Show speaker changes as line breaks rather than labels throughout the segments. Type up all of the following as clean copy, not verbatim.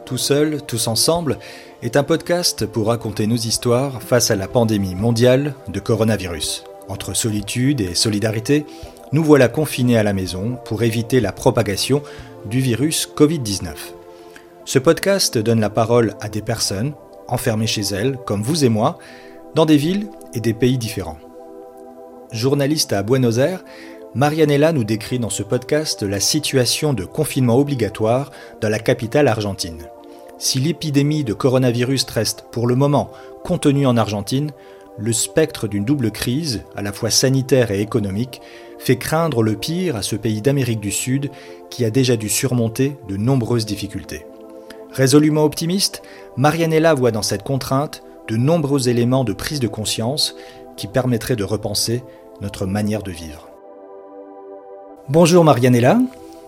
Tout seul, tous ensemble est un podcast pour raconter nos histoires face à la pandémie mondiale de coronavirus. Entre solitude et solidarité, nous voilà confinés à la maison pour éviter la propagation du virus Covid-19. Ce podcast donne la parole à des personnes enfermées chez elles, comme vous et moi, dans des villes et des pays différents. Journaliste à Buenos Aires, Marianela nous décrit dans ce podcast la situation de confinement obligatoire dans la capitale argentine. Si l'épidémie de coronavirus reste pour le moment contenue en Argentine, le spectre d'une double crise, à la fois sanitaire et économique, fait craindre le pire à ce pays d'Amérique du Sud qui a déjà dû surmonter de nombreuses difficultés. Résolument optimiste, Marianela voit dans cette contrainte de nombreux éléments de prise de conscience qui permettraient de repenser notre manière de vivre. Bonjour Marianela.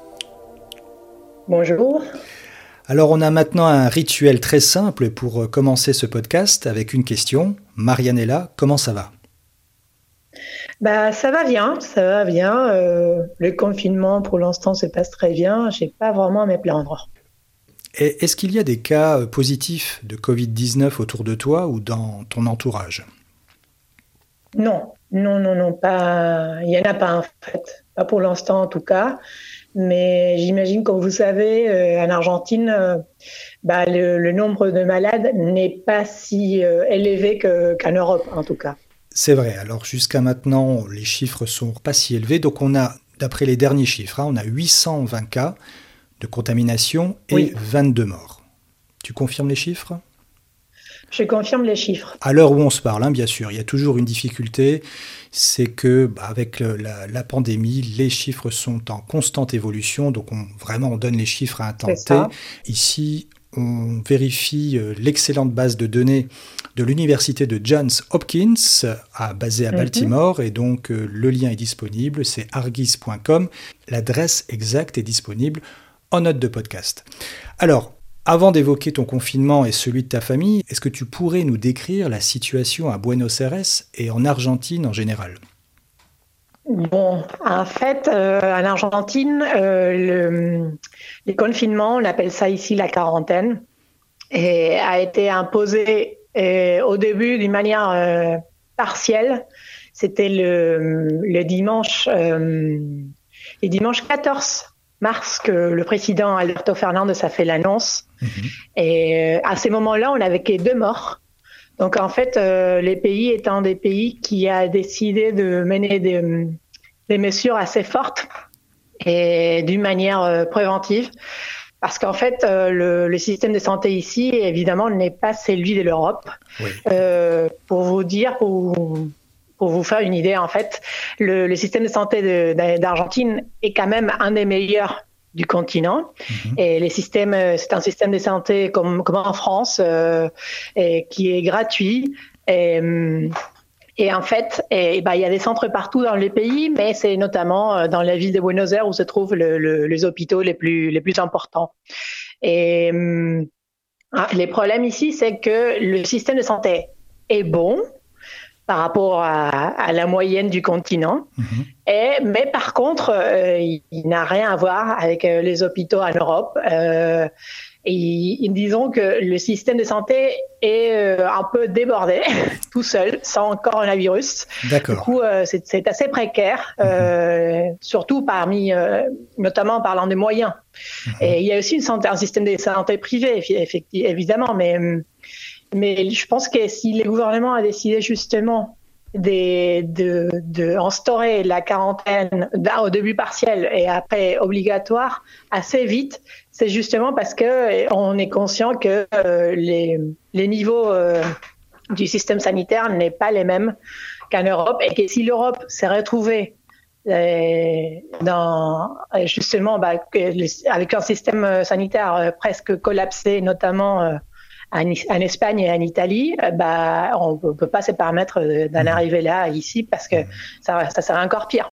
Bonjour.
Alors on a maintenant un rituel très simple pour commencer ce podcast avec une question. Marianela, comment ça va ?
Ça va bien. Le confinement pour l'instant se passe très bien. J'ai pas vraiment à me plaindre.
Et est-ce qu'il y a des cas positifs de Covid-19 autour de toi ou dans ton entourage ?
Non, pas. Il y en a pas en fait, pas pour l'instant en tout cas. Mais j'imagine, comme vous savez, en Argentine, le nombre de malades n'est pas si élevé qu'en Europe, en tout cas.
C'est vrai. Alors jusqu'à maintenant, les chiffres sont pas si élevés. Donc on a, d'après les derniers chiffres, on a 820 cas de contamination et 22 morts. Tu confirmes les chiffres ?
Je confirme les chiffres.
À l'heure où on se parle, bien sûr, il y a toujours une difficulté, c'est que avec la pandémie, les chiffres sont en constante évolution, donc on donne les chiffres à un temps T. Ici, on vérifie l'excellente base de données de l'université de Johns Hopkins, basée à Baltimore, et donc le lien est disponible, c'est argis.com. L'adresse exacte est disponible en note de podcast. Alors, avant d'évoquer ton confinement et celui de ta famille, est-ce que tu pourrais nous décrire la situation à Buenos Aires et en Argentine en général ?
Bon, en fait, en Argentine, les confinements, on appelle ça ici la quarantaine, et a été imposé au début d'une manière partielle. C'était le dimanche 14 mars que le président Alberto Fernandez a fait l'annonce. Et à ces moments-là, on n'avait que 2 morts. Donc en fait, les pays étant des pays qui a décidé de mener des mesures assez fortes et d'une manière préventive. Parce qu'en fait, le système de santé ici, évidemment, n'est pas celui de l'Europe. Oui. Pour vous faire une idée, en fait, le système de santé d'Argentine est quand même un des meilleurs du continent. Et c'est un système de santé comme en France, qui est gratuit. Et en fait, il y a des centres partout dans le pays, mais c'est notamment dans la ville de Buenos Aires où se trouvent les hôpitaux les plus importants. Et les problèmes ici, c'est que le système de santé est bon par rapport à la moyenne du continent. Mais par contre, il n'a rien à voir avec les hôpitaux en Europe. Et disons que le système de santé est un peu débordé, tout seul, sans coronavirus.
D'accord.
Du coup, c'est assez précaire, surtout notamment parlant des moyens. Et il y a aussi un système de santé privé, évidemment, mais je pense que si les gouvernements a décidé justement de instaurer la quarantaine au début partiel et après obligatoire assez vite, c'est justement parce que on est conscient que les niveaux du système sanitaire n'est pas les mêmes qu'en Europe, et que si l'Europe s'est retrouvée avec un système sanitaire presque collapsé, notamment en Espagne et en Italie, on ne peut pas se permettre d'en arriver là, ici, parce que ça serait encore pire.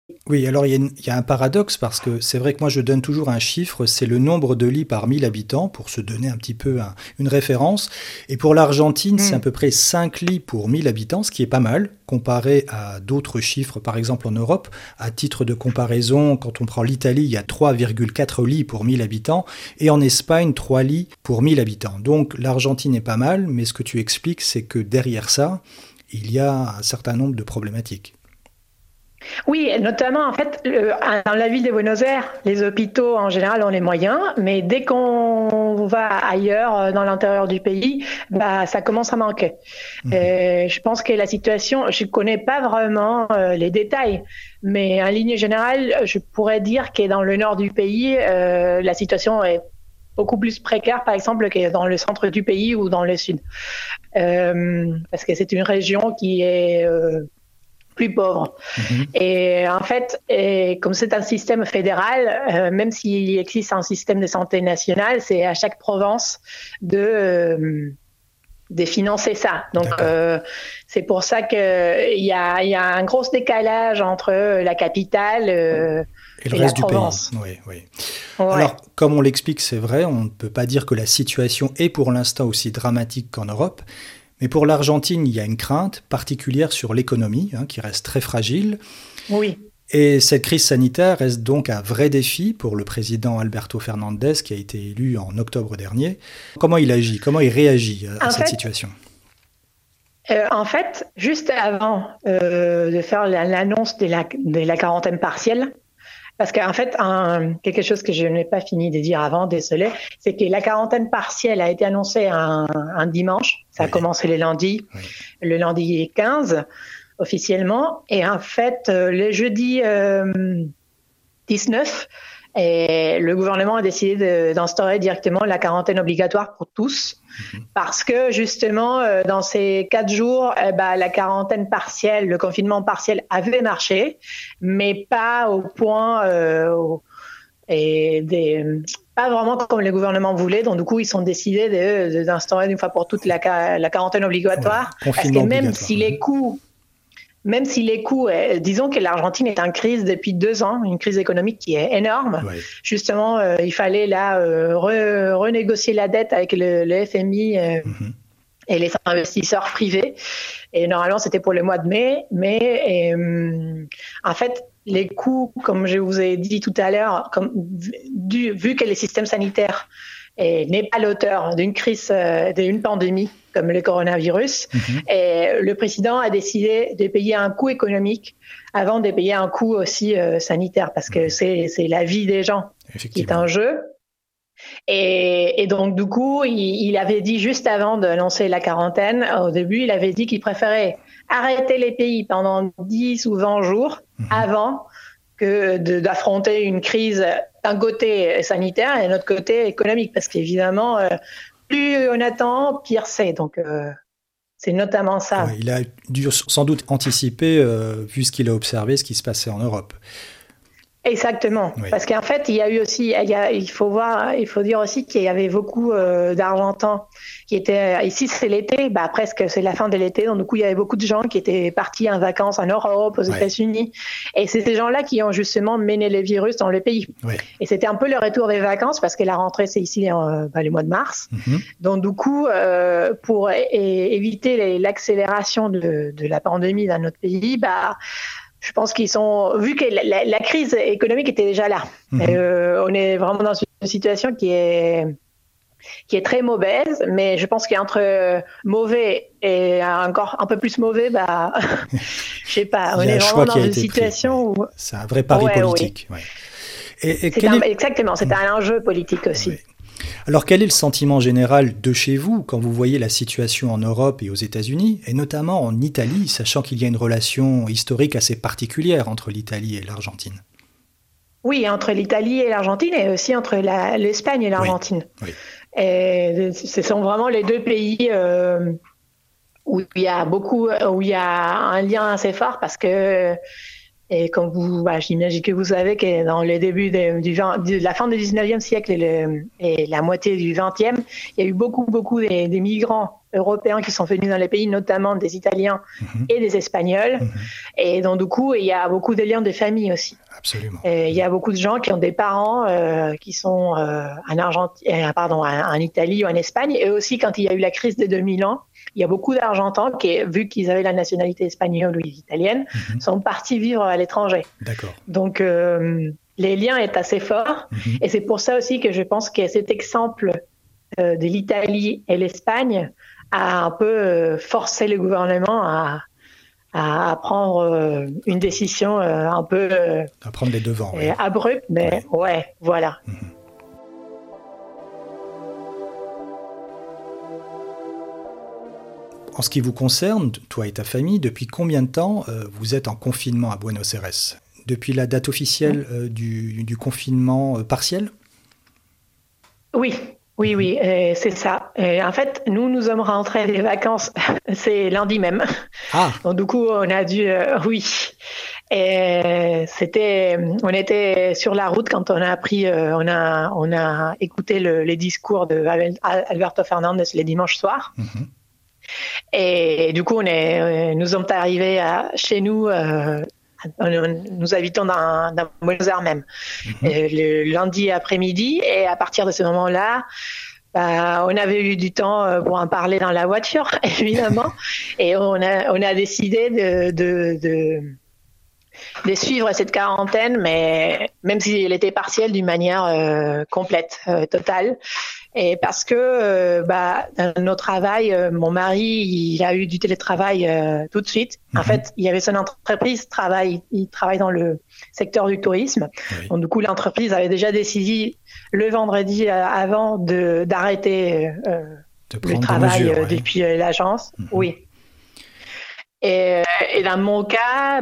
Oui, alors il y a un paradoxe parce que c'est vrai que moi je donne toujours un chiffre, c'est le nombre de lits par 1000 habitants pour se donner un petit peu une référence. Et pour l'Argentine, c'est à peu près 5 lits pour 1000 habitants, ce qui est pas mal comparé à d'autres chiffres, par exemple en Europe. À titre de comparaison, quand on prend l'Italie, il y a 3,4 lits pour 1000 habitants et en Espagne, 3 lits pour 1000 habitants. Donc l'Argentine est pas mal, mais ce que tu expliques, c'est que derrière ça, il y a un certain nombre de problématiques.
Oui, notamment en fait, dans la ville de Buenos Aires, les hôpitaux en général ont les moyens, mais dès qu'on va ailleurs, dans l'intérieur du pays, bah ça commence à manquer. Je pense que la situation, je connais pas vraiment les détails, mais en ligne générale, je pourrais dire que dans le nord du pays, la situation est beaucoup plus précaire, par exemple, que dans le centre du pays ou dans le sud, parce que c'est une région qui est plus pauvres. Et en fait, comme c'est un système fédéral, même s'il existe un système de santé national, c'est à chaque province de financer ça. Donc, c'est pour ça qu'il y a un gros décalage entre la capitale
et le reste du
province.
Pays. Oui, oui. Ouais. Alors, comme on l'explique, c'est vrai, on ne peut pas dire que la situation est pour l'instant aussi dramatique qu'en Europe. Mais pour l'Argentine, il y a une crainte particulière sur l'économie, qui reste très fragile.
Oui.
Et cette crise sanitaire reste donc un vrai défi pour le président Alberto Fernandez, qui a été élu en octobre dernier. Comment il agit, comment il réagit à cette situation ?
En fait, juste avant de faire l'annonce de la quarantaine partielle, parce qu'en fait, quelque chose que je n'ai pas fini de dire avant, désolé, c'est que la quarantaine partielle a été annoncée un dimanche. Ça a commencé le lundi 15 officiellement. Et en fait, le jeudi 19, le gouvernement a décidé d'instaurer directement la quarantaine obligatoire pour tous. Parce que justement, dans ces 4 jours, la quarantaine partielle, le confinement partiel avait marché, mais pas au point pas vraiment comme le gouvernement voulait. Donc du coup, ils sont décidés d'instaurer une fois pour toutes la quarantaine obligatoire. Parce que même si les coûts, disons que l'Argentine est en crise depuis 2 ans, une crise économique qui est énorme. Ouais. Justement, il fallait là renégocier la dette avec le FMI et les investisseurs privés. Et normalement, c'était pour le mois de mai. Mais en fait, les coûts, comme je vous ai dit tout à l'heure, vu que les systèmes sanitaires n'est pas l'auteur d'une crise, d'une pandémie comme le coronavirus. Et le président a décidé de payer un coût économique avant de payer un coût aussi sanitaire, parce que c'est la vie des gens qui est en jeu. Et donc, du coup, il avait dit juste avant de lancer la quarantaine, au début, il avait dit qu'il préférait arrêter les pays pendant 10 ou 20 jours avant que d'affronter une crise d'un côté sanitaire et d'un autre côté économique, parce qu'évidemment, plus on attend, pire c'est. Donc, c'est notamment ça.
Ouais, il a dû sans doute anticiper, vu ce qu'il a observé, ce qui se passait en Europe.
Exactement, oui. Parce qu'en fait, il y a eu aussi, il faut dire aussi qu'il y avait beaucoup d'Argentins qui étaient ici. C'est l'été, presque c'est la fin de l'été, donc du coup il y avait beaucoup de gens qui étaient partis en vacances en Europe, aux États-Unis, et c'est ces gens-là qui ont justement mené le virus dans le pays. Oui. Et c'était un peu le retour des vacances, parce que la rentrée c'est ici le mois de mars. Donc du coup, pour éviter l'accélération de la pandémie dans notre pays, je pense qu'ils sont, vu que la crise économique était déjà là, on est vraiment dans une situation qui est très mauvaise, mais je pense qu'entre mauvais et encore un peu plus mauvais, je sais pas, on est vraiment dans une situation où
c'est un vrai pari politique. Oui.
Exactement, c'est un enjeu politique aussi.
Oui. Alors quel est le sentiment général de chez vous quand vous voyez la situation en Europe et aux États-Unis, et notamment en Italie, sachant qu'il y a une relation historique assez particulière entre l'Italie et l'Argentine ?
Oui, entre l'Italie et l'Argentine, et aussi entre l'Espagne et l'Argentine. Oui. Et ce sont vraiment les 2 pays où il y a un lien assez fort, parce que et comme j'imagine que vous savez que dans le début de la fin du 19e siècle et la moitié du 20e, il y a eu beaucoup des migrants européens qui sont venus dans les pays, notamment des Italiens et des Espagnols. Et donc, du coup, il y a beaucoup de liens de famille aussi.
Absolument.
Et il y a beaucoup de gens qui ont des parents qui sont en Italie ou en Espagne. Et aussi, quand il y a eu la crise de 2000 ans, il y a beaucoup d'Argentins qui, vu qu'ils avaient la nationalité espagnole ou italienne, sont partis vivre à l'étranger.
D'accord.
Donc, les liens est assez forts. Et c'est pour ça aussi que je pense que cet exemple de l'Italie et l'Espagne a un peu forcé le gouvernement à prendre une décision un peu
à prendre les devants,
abrupte, mais ouais voilà.
En ce qui vous concerne, toi et ta famille, depuis combien de temps vous êtes en confinement à Buenos Aires? Depuis la date officielle du confinement partiel?
Oui, c'est ça. Et en fait, nous sommes rentrés des vacances, c'est lundi même.
Ah.
Donc du coup, on a dû, Et on était sur la route quand on a appris, on a écouté les discours de Alberto Fernandez les dimanches soirs. Et du coup, nous sommes arrivés chez nous. Nous habitons dans Buenos Aires même, le lundi après-midi, et à partir de ce moment-là, on avait eu du temps pour en parler dans la voiture, évidemment, et on a décidé de suivre cette quarantaine, mais même si elle était partielle, d'une manière complète, totale. Et parce que dans notre travail, mon mari, il a eu du télétravail tout de suite. En fait, il y avait son entreprise, il travaille dans le secteur du tourisme. Oui. Donc du coup, l'entreprise avait déjà décidé le vendredi avant d'arrêter le travail depuis l'agence. Oui. Et dans mon cas,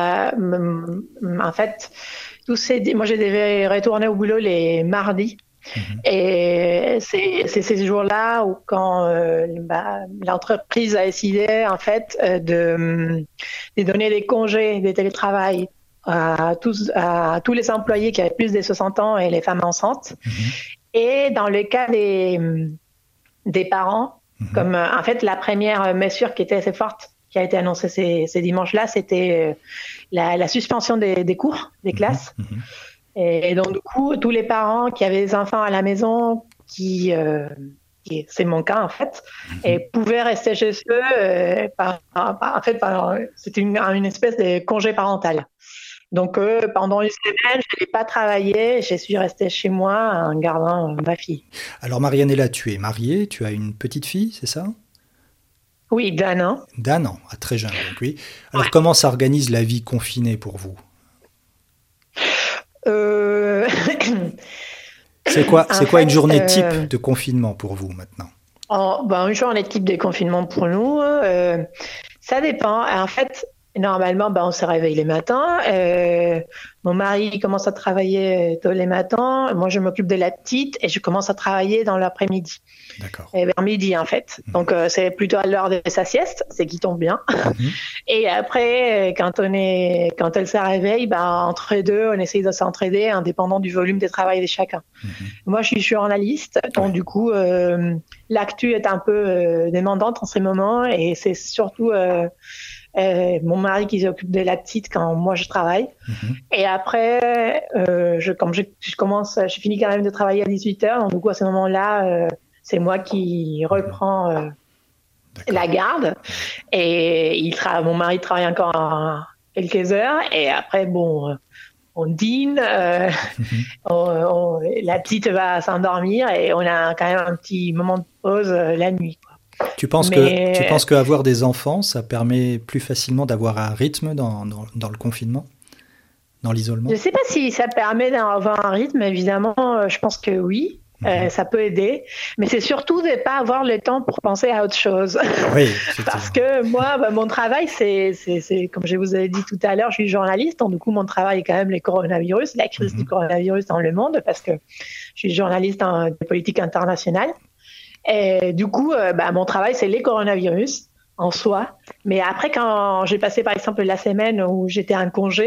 en fait, moi je devais retourner au boulot les mardis. Et c'est ces jours-là où quand l'entreprise a décidé en fait de donner des congés de télétravail à tous les employés qui avaient plus de 60 ans et les femmes enceintes. Et dans le cas des parents, comme en fait la première mesure qui était assez forte qui a été annoncée ces dimanches-là, c'était la suspension des cours, des classes. Et donc, du coup, tous les parents qui avaient des enfants à la maison, c'est mon cas en fait, et pouvaient rester chez eux, c'était une espèce de congé parental. Donc, pendant une semaine, je n'ai pas travaillé, je suis restée chez moi en gardant ma fille.
Alors, Marianella, tu es mariée, tu as une petite fille, c'est ça?
Oui, d'1 an.
D'1 an, très jeune, donc oui. Alors, comment s'organise la vie confinée pour vous? C'est quoi une journée type de confinement pour vous maintenant?
Une journée type de confinement pour nous, ça dépend. En fait, normalement, on se réveille les matins. Mon mari commence à travailler tôt les matins. Moi, je m'occupe de la petite et je commence à travailler dans l'après-midi.
D'accord.
Vers midi, en fait. Donc, c'est plutôt à l'heure de sa sieste, c'est qui tombe bien. Et après, quand elle se réveille, entre les deux, on essaye de s'entraider, indépendant du volume de travail de chacun. Moi, je suis journaliste, donc du coup, l'actu est un peu demandante en ces moments, et c'est surtout mon mari qui s'occupe de la petite quand moi je travaille. Et après, je finis quand même de travailler à 18h, donc du coup, à ce moment-là, c'est moi qui reprends la garde. Et mon mari travaille encore quelques heures. Et après, on dîne, la petite va s'endormir et on a quand même un petit moment de pause la nuit, quoi.
Tu penses qu'avoir des enfants, ça permet plus facilement d'avoir un rythme dans le confinement, dans l'isolement?
Je ne sais pas si ça permet d'avoir un rythme, évidemment, je pense que oui. Ça peut aider, mais c'est surtout de ne pas avoir le temps pour penser à autre chose.
Oui,
parce que moi, mon travail, c'est comme je vous ai dit tout à l'heure, je suis journaliste, donc du coup, mon travail est quand même les coronavirus, la crise du coronavirus dans le monde, parce que je suis journaliste de politique internationale. Et du coup, mon travail, c'est les coronavirus en soi. Mais après, quand j'ai passé, par exemple, la semaine où j'étais en congé,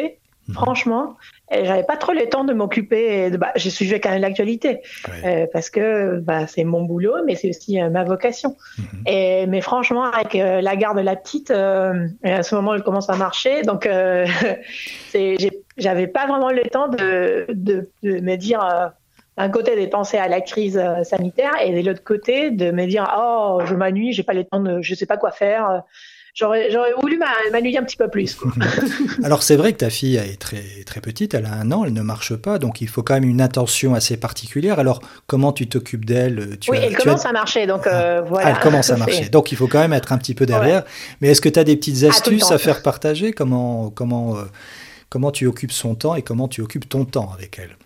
Franchement, j'avais pas trop le temps de m'occuper. Je suivais quand même l'actualité parce que c'est mon boulot, mais c'est aussi ma vocation. Mais franchement, avec la garde de la petite, à ce moment, elle commence à marcher, donc j'avais pas vraiment le temps de me dire. D'un côté, de penser à la crise sanitaire et de l'autre côté, de me dire oh, je m'ennuie, j'ai pas le temps je sais pas quoi faire. J'aurais voulu m'ennuyer un petit peu plus, quoi.
Alors c'est vrai que ta fille est très, très petite, elle a 1 an, elle ne marche pas, donc il faut quand même une attention assez particulière. Alors comment tu t'occupes d'elle?
Elle commence à marcher, donc voilà.
Elle commence à marcher, donc il faut quand même être un petit peu derrière. Ouais. Mais est-ce que tu as des petites astuces à faire partager? Comment tu occupes son temps et comment tu occupes ton temps avec elle?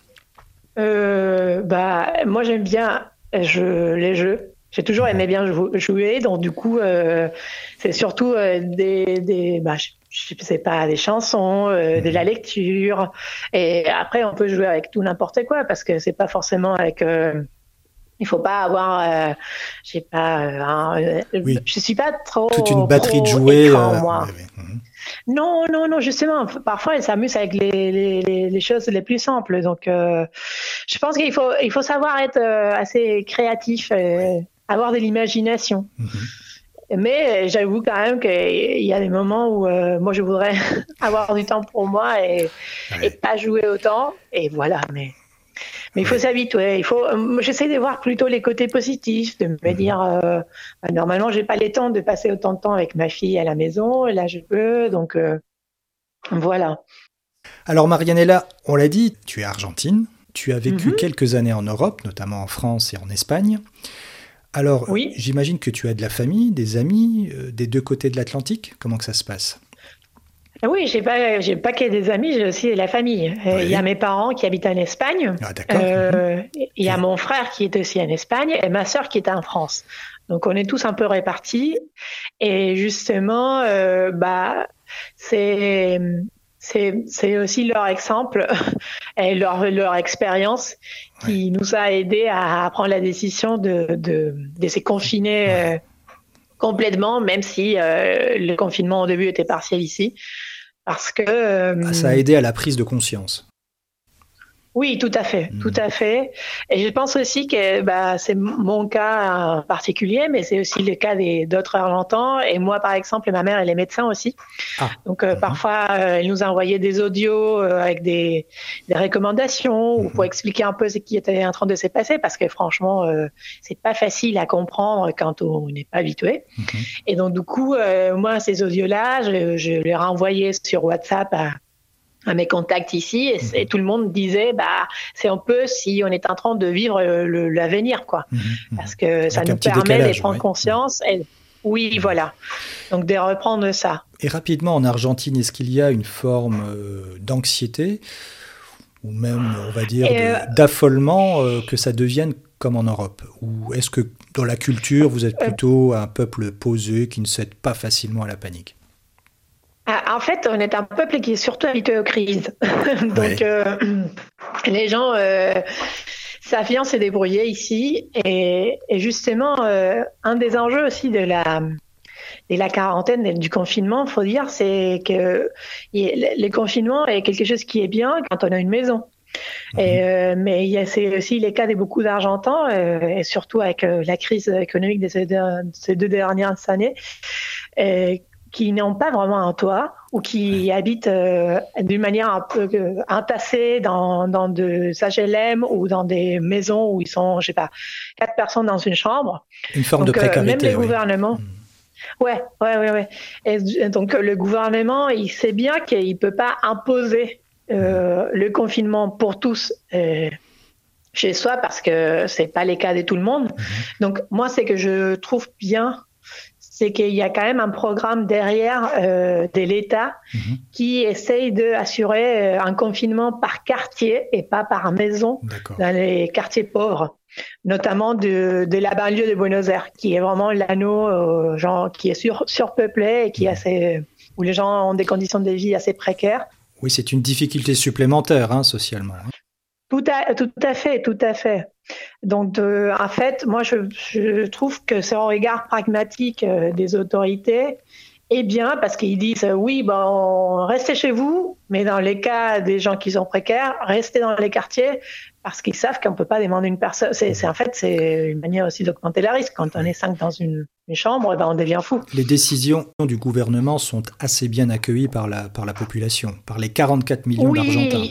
Moi j'aime bien les jeux. J'ai toujours aimé bien jouer, donc du coup, c'est surtout je sais pas, des chansons, de la lecture. Et après, on peut jouer avec tout n'importe quoi parce que c'est pas forcément avec. Il faut pas avoir, je sais pas, je suis pas trop.
Toute une batterie de jouets.
Moi. Non, justement, parfois elle s'amuse avec les choses les plus simples. Donc, je pense qu'il faut savoir être assez créatif, avoir de l'imagination. Mais j'avoue quand même qu'il y a des moments où moi je voudrais avoir du temps pour moi et pas jouer autant. Et voilà, mais il faut s'habituer. J'essaie de voir plutôt les côtés positifs, de me dire normalement j'ai pas le temps de passer autant de temps avec ma fille à la maison, là je peux, donc voilà.
Alors Marianella, on l'a dit, tu es argentine, tu as vécu quelques années en Europe, notamment en France et en Espagne. Alors, j'imagine que tu as de la famille, des amis, des deux côtés de l'Atlantique. Comment que ça se passe?
Oui, j'ai pas que des amis, j'ai aussi la famille. Il y a mes parents qui habitent en Espagne.
Ah, d'accord.
Il y a mon frère qui est aussi en Espagne et ma sœur qui est en France. Donc, on est tous un peu répartis. Et justement, c'est aussi leur exemple et leur expérience qui nous a aidés à prendre la décision de se confiner complètement, même si le confinement au début était partiel ici. Parce que
ça a aidé à la prise de conscience.
Oui, tout à fait, tout à fait. Et je pense aussi que c'est mon cas particulier, mais c'est aussi le cas d'autres Argentins. Et moi, par exemple, ma mère, elle est médecin aussi. Donc, parfois, elle nous a envoyé des audios avec des recommandations ou pour expliquer un peu ce qui était en train de se passer, parce que franchement, c'est pas facile à comprendre quand on n'est pas habitué. Et donc, du coup, moi, ces audios-là, je les renvoyais sur WhatsApp à mes contacts ici et tout le monde disait c'est un peu si on est en train de vivre l'avenir, quoi, parce que ça nous permet de prendre conscience et voilà, donc de reprendre ça.
Et rapidement, en Argentine, est-ce qu'il y a une forme d'anxiété ou même, on va dire, d'affolement que ça devienne comme en Europe, ou est-ce que dans la culture vous êtes plutôt un peuple posé qui ne cède pas facilement à la panique?
En fait, on est un peuple qui est surtout habitué aux crises. Donc, les gens savent se débrouiller ici. Et justement, un des enjeux aussi de la quarantaine, du confinement, il faut dire, c'est que le confinement est quelque chose qui est bien quand on a une maison. Mais c'est aussi les cas de beaucoup d'Argentins, et surtout avec la crise économique de ces 2 dernières années, qui n'ont pas vraiment un toit ou qui habitent d'une manière un peu entassée dans des HLM ou dans des maisons où ils sont, je sais pas, 4 personnes dans une chambre.
Une forme de précarité.
Même les gouvernements. Ouais. Et donc le gouvernement, il sait bien qu'il peut pas imposer le confinement pour tous chez soi parce que c'est pas le cas de tout le monde. Donc moi, c'est que je trouve bien, c'est qu'il y a quand même un programme derrière de l'État qui essaye d'assurer un confinement par quartier et pas par maison dans les quartiers pauvres, notamment de la banlieue de Buenos Aires, qui est vraiment l'anneau qui est surpeuplé et qui est assez, où les gens ont des conditions de vie assez précaires.
Oui, c'est une difficulté supplémentaire socialement.
Tout à fait. Donc, en fait, moi, je trouve que c'est un regard pragmatique des autorités Eh bien, parce qu'ils disent oui, bon, restez chez vous, mais dans les cas des gens qui sont précaires, restez dans les quartiers, parce qu'ils savent qu'on ne peut pas demander une personne. En fait, c'est une manière aussi d'augmenter le risque. Quand on est 5 dans une chambre, on devient fou.
Les décisions du gouvernement sont assez bien accueillies par la population, par les 44 millions d'Argentins.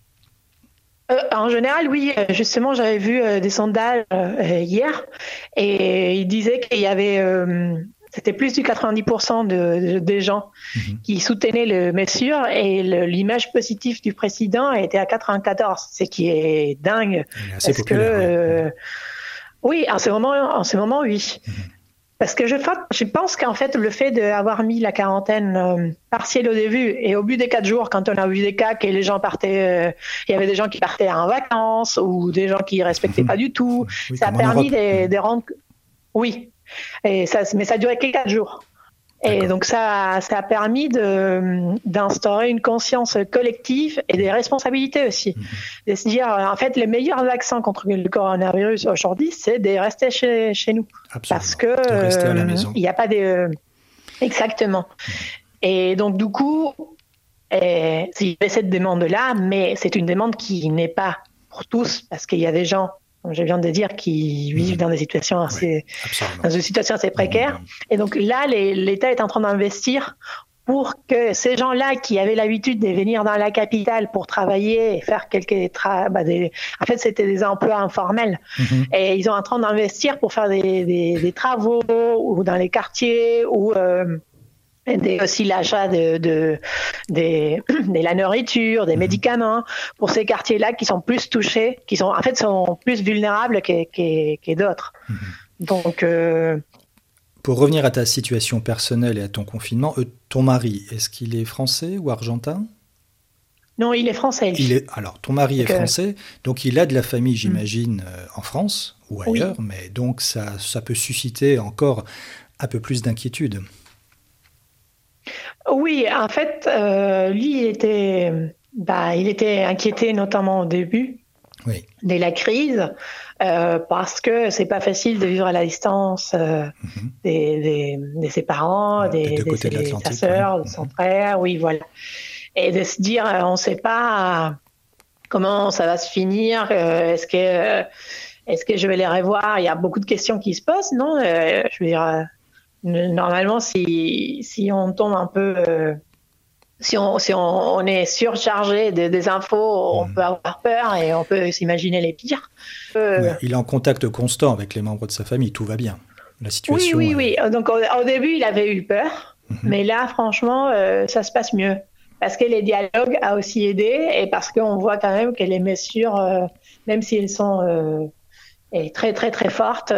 En général, oui. Justement, j'avais vu des sondages hier, et ils disaient qu'il y avait... c'était plus du 90% des gens qui soutenaient les mesures, et l'image positive du président était à 94%, ce qui est dingue.
Il est assez populaire.
Oui, en ce moment, oui. Parce que je pense qu'en fait, le fait d'avoir mis la quarantaine partielle au début, et au bout des 4 jours, quand on a vu des cas que les gens partaient, il y avait des gens qui partaient en vacances, ou des gens qui ne respectaient pas du tout, ça a permis de rendre... Oui. Mais ça a duré que 4 jours. Et donc ça a permis d'instaurer une conscience collective et des responsabilités aussi. De se dire, en fait, le meilleur vaccin contre le coronavirus aujourd'hui, c'est de rester chez nous.
Absolument.
Parce que
de rester à la maison.
Il n'y a pas de... Exactement. Et donc du coup, il y avait cette demande-là, mais c'est une demande qui n'est pas pour tous, parce qu'il y a des gens, comme je viens de dire, qui vivent dans des situations assez précaires. Et donc là, l'État est en train d'investir pour que ces gens-là qui avaient l'habitude de venir dans la capitale pour travailler et faire en fait, c'était des emplois informels. Et ils sont en train d'investir pour faire des travaux, ou dans les quartiers, ou aussi l'achat de la nourriture, des médicaments pour ces quartiers-là qui sont plus touchés, qui sont plus vulnérables que d'autres. Donc,
pour revenir à ta situation personnelle et à ton confinement, ton mari, est-ce qu'il est français ou argentin ?
Non, il est français.
Alors, ton mari est français, donc il a de la famille, j'imagine, en France ou ailleurs, mais donc ça peut susciter encore un peu plus d'inquiétude.
Oui, en fait, lui, il était inquiété, notamment au début de la crise, parce que c'est pas facile de vivre à la distance de ses parents, de sa sœur, de son frère, voilà. Et de se dire, on ne sait pas comment ça va se finir, est-ce que je vais les revoir ? Il y a beaucoup de questions qui se posent, non ? Je veux dire... Normalement, si on tombe un peu, si on est surchargé des infos, on peut avoir peur et on peut s'imaginer les pires.
Il est en contact constant avec les membres de sa famille, tout va bien. La situation.
Oui. Donc au début, il avait eu peur, mais là, franchement, ça se passe mieux. Parce que les dialogues a aussi aidé, et parce qu'on voit quand même que les mesures, même si elles sont très très très fortes,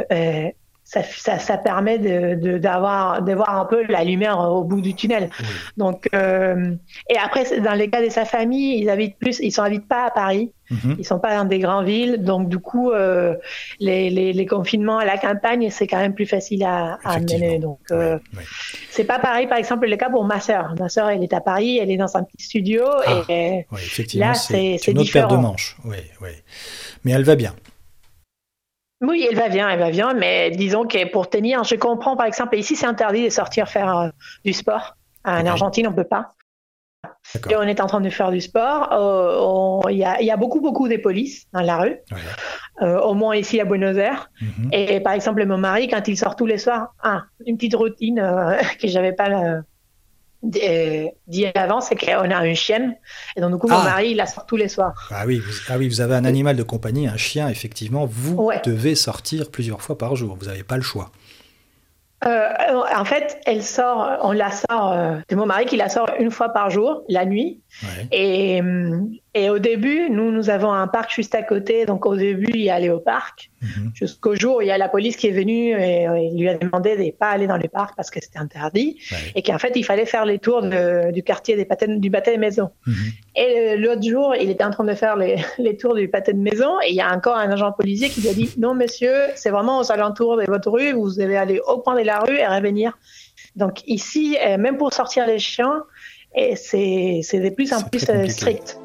ça permet de voir un peu la lumière au bout du tunnel. Donc, et après, dans les cas de sa famille, ils s'habitent pas à Paris, ils sont pas dans des grandes villes, donc du coup, les confinements à la campagne, c'est quand même plus facile à mener. Donc, c'est pas pareil, par exemple, le cas pour ma sœur. Ma sœur, elle est à Paris, elle est dans un petit studio, et
effectivement,
là, c'est
une autre paire
différent.
de manches. Mais elle va bien.
Oui, elle va bien, mais disons que pour tenir, je comprends, par exemple, ici c'est interdit de sortir faire du sport. En Argentine, on ne peut pas. Et on est en train de faire du sport. Il y a beaucoup de police dans la rue, au moins ici à Buenos Aires. Et par exemple, mon mari, quand il sort tous les soirs, une petite routine que je n'avais pas dit avant, c'est qu'on a une chienne, et donc du coup mon mari il la sort tous les soirs.
Vous avez un animal de compagnie, un chien, effectivement, vous devez sortir plusieurs fois par jour, vous n'avez pas le choix.
En fait, on la sort, c'est mon mari qui la sort une fois par jour, la nuit. Et au début, nous avons un parc juste à côté, donc au début, il allait au parc, jusqu'au jour où il y a la police qui est venue et il lui a demandé de ne pas aller dans le parc parce que c'était interdit, et qu'en fait, il fallait faire les tours du quartier du pâté de maison. Et l'autre jour, il était en train de faire les tours du pâté de maison, et il y a encore un agent policier qui lui a dit « Non, monsieur, c'est vraiment aux alentours de votre rue, vous devez aller au coin de la rue et revenir. » Donc ici, même pour sortir les chiens, c'est de plus en plus strict.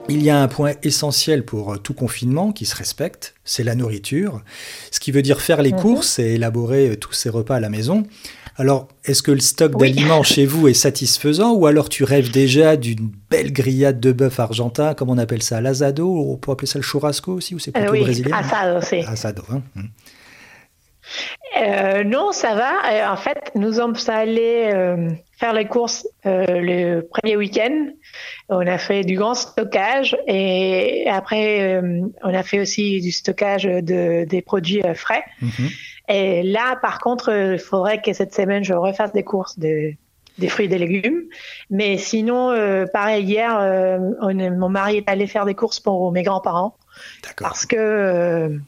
Il y a un point essentiel pour tout confinement qui se respecte, c'est la nourriture. Ce qui veut dire faire les courses et élaborer tous ces repas à la maison. Alors, est-ce que le stock d'aliments chez vous est satisfaisant ou alors tu rêves déjà d'une belle grillade de bœuf argentin, comme on appelle ça, l'asado, ou on peut appeler ça le churrasco aussi, ou c'est plutôt brésilien?
Asado, c'est.
Asado, hein.
Non, ça va. En fait, nous sommes allés faire les courses le premier week-end. On a fait du grand stockage et après, on a fait aussi du stockage des produits frais. Et là, par contre, il faudrait que cette semaine, je refasse des courses des fruits et des légumes. Mais sinon, pareil, hier, mon mari est allé faire des courses pour mes grands-parents.
D'accord.
Parce que...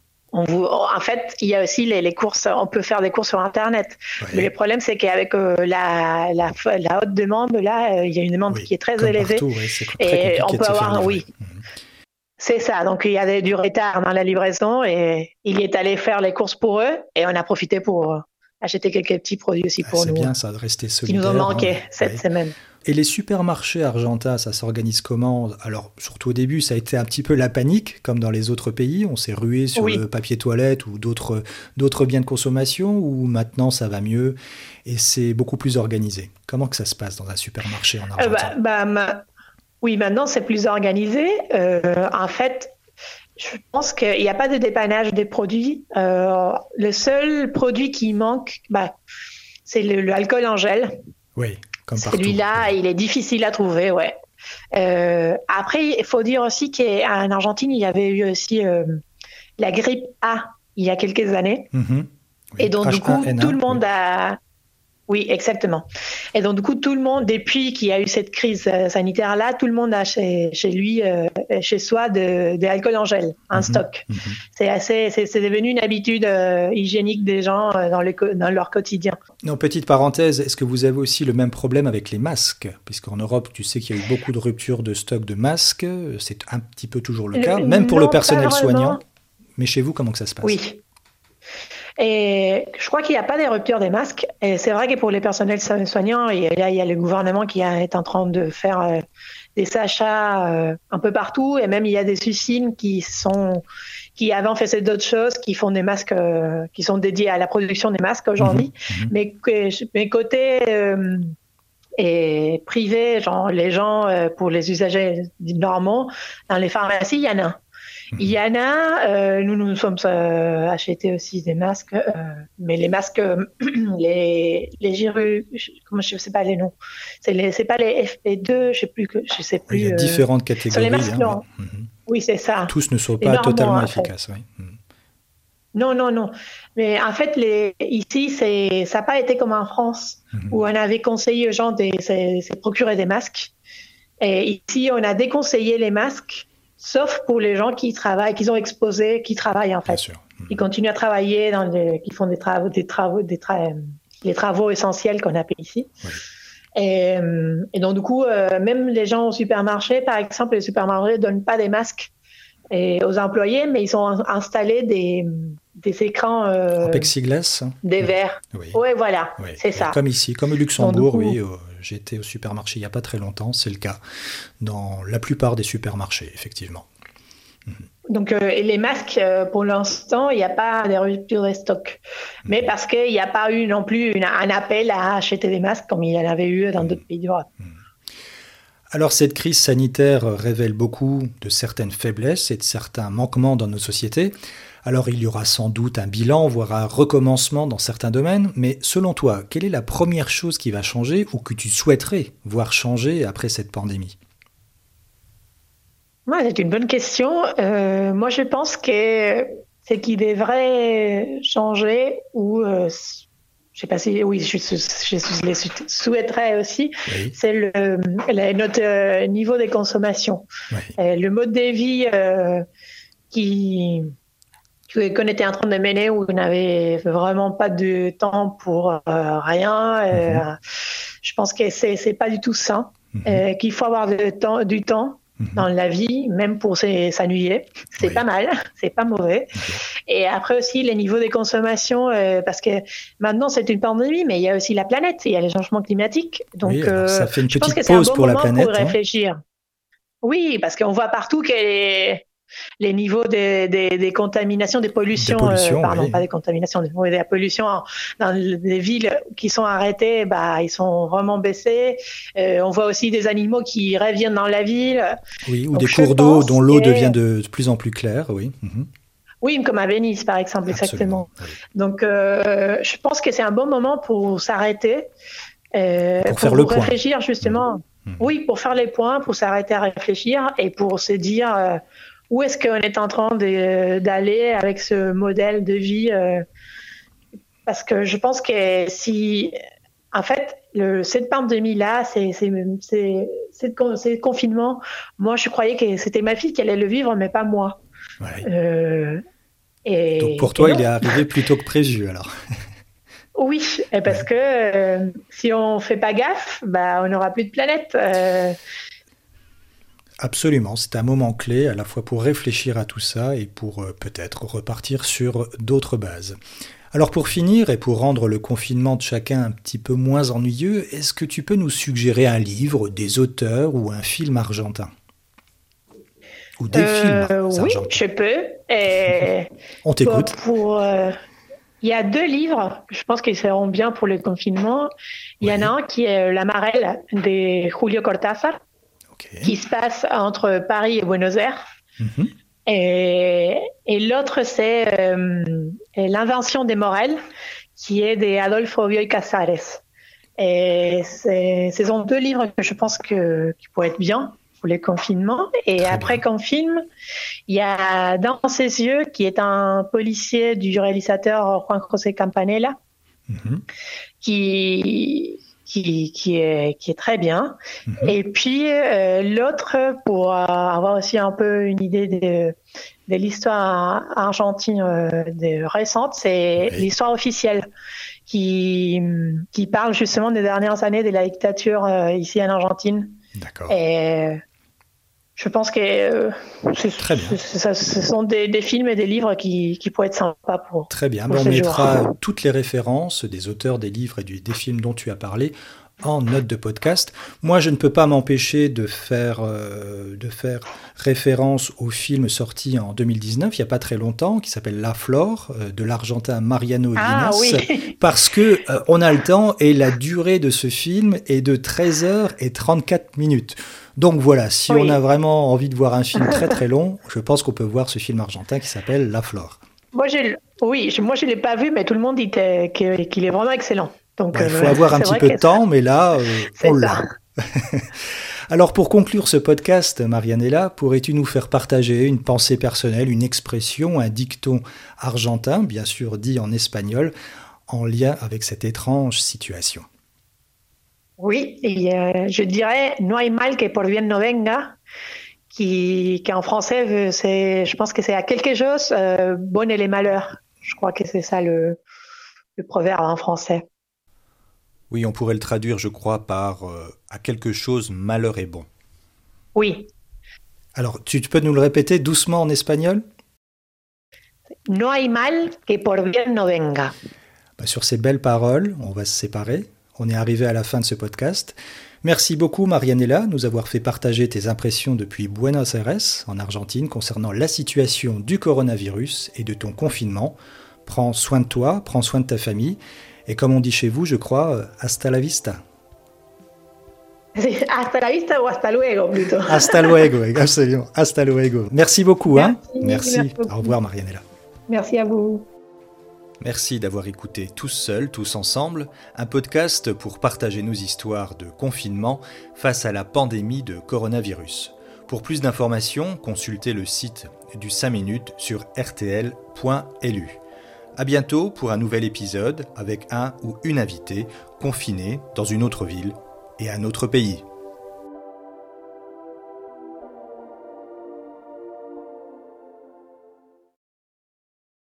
en fait, il y a aussi les courses, on peut faire des courses sur Internet. Ouais. Mais le problème, c'est qu'avec la haute demande, là, il y a une demande qui est très élevée.
Partout, c'est très et on peut avoir,
c'est ça. Donc, il y avait du retard dans la livraison et il est allé faire les courses pour eux et on a profité pour acheter quelques petits produits aussi pour nous.
C'est bien ça, de rester solidaire.
Qui nous ont manqué cette semaine.
Et les supermarchés argentins, ça s'organise comment? Alors, surtout au début, ça a été un petit peu la panique, comme dans les autres pays. On s'est rué sur le papier toilette ou d'autres biens de consommation, ou maintenant ça va mieux et c'est beaucoup plus organisé. Comment que ça se passe dans un supermarché en Argentine?
Oui, maintenant c'est plus organisé. En fait, je pense qu'il n'y a pas de dépannage des produits. Le seul produit qui manque, c'est l'alcool en gel.
Oui.
Celui-là, il est difficile à trouver, ouais. Après, il faut dire aussi qu'en Argentine, il y avait eu aussi la grippe A il y a quelques années.
Oui.
Et donc, du coup, tout le monde a... Oui, exactement. Et donc, du coup, tout le monde, depuis qu'il y a eu cette crise sanitaire-là, tout le monde a chez lui, chez soi, de l'alcool en gel, en stock. C'est devenu une habitude hygiénique des gens dans leur quotidien.
Non, petite parenthèse, est-ce que vous avez aussi le même problème avec les masques? Puisqu'en Europe, tu sais qu'il y a eu beaucoup de ruptures de stock de masques. C'est un petit peu toujours le cas, même pour le personnel soignant. Mais chez vous, comment que ça se passe?
Oui. Et je crois qu'il n'y a pas des ruptures des masques. Et c'est vrai que pour les personnels soignants, et là, il y a le gouvernement qui est en train de faire des achats un peu partout. Et même, il y a des usines qui avant faisaient d'autres choses, qui font des masques, qui sont dédiés à la production des masques aujourd'hui. Mais côté privé, genre les gens, pour les usagers normaux, dans les pharmacies, il y en a. Il y en a, nous sommes achetés aussi des masques, mais les masques, les comment je sais pas les noms, c'est pas les FP2, je sais plus.
Il y a différentes catégories.
Sur les masques, non. Oui, c'est ça.
Tous ne sont pas totalement efficaces. Oui.
Non. Mais en fait, ici, ça n'a pas été comme en France, où on avait conseillé aux gens de se procurer des masques. Et ici, on a déconseillé les masques. Sauf pour les gens qui travaillent, qui sont exposés, qui travaillent en fait. Bien sûr. Ils continuent à travailler, qui font les travaux essentiels qu'on appelle ici. Oui. Et donc du coup, même les gens au supermarché, par exemple, les supermarchés ne donnent pas des masques aux employés, mais ils ont installé des écrans en
plexiglas,
des verres. Oui, voilà, c'est ça.
Comme ici, comme au Luxembourg, j'étais au supermarché il n'y a pas très longtemps, c'est le cas dans la plupart des supermarchés, effectivement.
Donc, les masques, pour l'instant, il n'y a pas de rupture de stock. Mais parce qu'il n'y a pas eu non plus un appel à acheter des masques comme il y en avait eu dans d'autres pays d'Europe.
Alors, cette crise sanitaire révèle beaucoup de certaines faiblesses et de certains manquements dans nos sociétés. Alors, il y aura sans doute un bilan, voire un recommencement dans certains domaines. Mais selon toi, quelle est la première chose qui va changer ou que tu souhaiterais voir changer après cette pandémie?
C'est une bonne question. Moi, je pense que ce qui devrait changer, ou je sais pas si, oui, je les souhaiterais aussi, c'est notre niveau de consommation. Le mode de vie qu'on était en train de mener, où on n'avait vraiment pas de temps pour rien. Je pense que c'est pas du tout ça. Qu'il faut avoir du temps dans la vie, même pour s'ennuyer. C'est pas mal, c'est pas mauvais. Et après aussi, les niveaux de consommation, parce que maintenant, c'est une pandémie, mais il y a aussi la planète, il y a les changements climatiques. Donc,
ça fait une
je pense
petite
que c'est un
pause
bon
pour la
moment
planète.
Pour réfléchir. Oui, parce qu'on voit partout que les niveaux des contaminations, des pollutions, pardon,
oui.
pas des contaminations, de la pollution dans les villes qui sont arrêtées, ils sont vraiment baissés. On voit aussi des animaux qui reviennent dans la ville.
Oui, ou
Donc
des
je
cours d'eau
pense
dont l'eau devient
que
de plus en plus claire, oui. Mhm.
oui, comme à Venise par exemple,
Absolument,
exactement.
oui.
Donc je pense que c'est un bon moment pour s'arrêter,
Pour faire le
pour
point.
réfléchir justement.
Mhm.
Oui, pour faire les points, pour s'arrêter à réfléchir et pour se dire où est-ce qu'on est en train d'aller avec ce modèle de vie. Parce que je pense que si, en fait, cette pandémie-là, ce confinement, moi, je croyais que c'était ma fille qui allait le vivre, mais pas moi.
Ouais.
Euh,
Donc pour
et
toi, il est
non.
arrivé plus tôt que prévu, alors.
Oui, parce
Ouais.
que si on fait pas gaffe, on n'aura plus de planète.
Absolument, c'est un moment clé à la fois pour réfléchir à tout ça et pour peut-être repartir sur d'autres bases. Alors pour finir et pour rendre le confinement de chacun un petit peu moins ennuyeux, est-ce que tu peux nous suggérer un livre, des auteurs ou un film argentin? Ou des films
Oui,
argentins?
je peux. Et
On t'écoute.
il y a deux livres, je pense qu'ils seront bien pour le confinement. Il y en a
Oui,
un qui est La Marelle de Julio Cortázar,
ok.
qui se passe entre Paris et Buenos Aires.
Mhm.
Et l'autre, c'est L'invention des Morels, qui est de Adolfo Bioy Casares. Et ce sont deux livres que je pense qui pourraient être bien pour les confinements. Et
Très
après
bien.
confine, il y a Dans ses yeux, qui est un policier du réalisateur Juan José Campanella,
Mhm.
qui est très bien.
Mhm.
Et puis l'autre, pour avoir aussi un peu une idée de l'histoire argentine récente, c'est
Oui,
l'histoire officielle qui parle justement des dernières années de la dictature ici en Argentine.
d'accord.
Et je pense que
Très bien.
ce sont des films et des livres qui pourraient être sympas
Très bien.
pour
Ben, on
ce jour.
mettra toutes les références des auteurs, des livres et des films dont tu as parlé en note de podcast. Moi, je ne peux pas m'empêcher de faire référence au film sorti en 2019, il n'y a pas très longtemps, qui s'appelle La Flore, de l'Argentin Mariano
Ah
Llinas,
oui,
parce que on a le temps et la durée de ce film est de 13 heures et 34 minutes. Donc voilà, si on a
oui.
vraiment envie de voir un film très très long, je pense qu'on peut voir ce film argentin qui s'appelle La Flore.
Moi je l'ai pas vu, mais tout le monde dit qu'il est vraiment excellent. Donc
Ouais, il faut avoir un
c'est
petit
vrai
peu
que
de temps, mais là, on
c'est
l'a.
ça.
Alors pour conclure ce podcast, Marianella, pourrais-tu nous faire partager une pensée personnelle, une expression, un dicton argentin, bien sûr dit en espagnol, en lien avec cette étrange situation?
Oui, et je dirais no hay mal que por bien no venga, qui en français, je pense que c'est à quelque chose, bonne et les malheurs. Je crois que c'est ça le proverbe en français.
Oui, on pourrait le traduire, je crois, par à quelque chose malheur est bon.
Oui,
Alors, tu peux nous le répéter doucement en espagnol?
no hay mal que por bien no venga.
Bah, sur ces belles paroles, on va se séparer. On est arrivé à la fin de ce podcast. Merci beaucoup, Marianella, de nous avoir fait partager tes impressions depuis Buenos Aires, en Argentine, concernant la situation du coronavirus et de ton confinement. Prends soin de toi, prends soin de ta famille. Et comme on dit chez vous, je crois, hasta la vista.
Hasta la vista o hasta luego, plutôt.
Hasta luego, absolument. Hasta luego. Merci beaucoup. Hein.
Merci
Merci. Au
beaucoup.
revoir, Marianella.
Merci à vous.
Merci d'avoir écouté Tous seuls, tous ensemble, un podcast pour partager nos histoires de confinement face à la pandémie de coronavirus. Pour plus d'informations, consultez le site du 5 minutes sur rtl.lu. À bientôt pour un nouvel épisode avec un ou une invitée confinée dans une autre ville et un autre pays.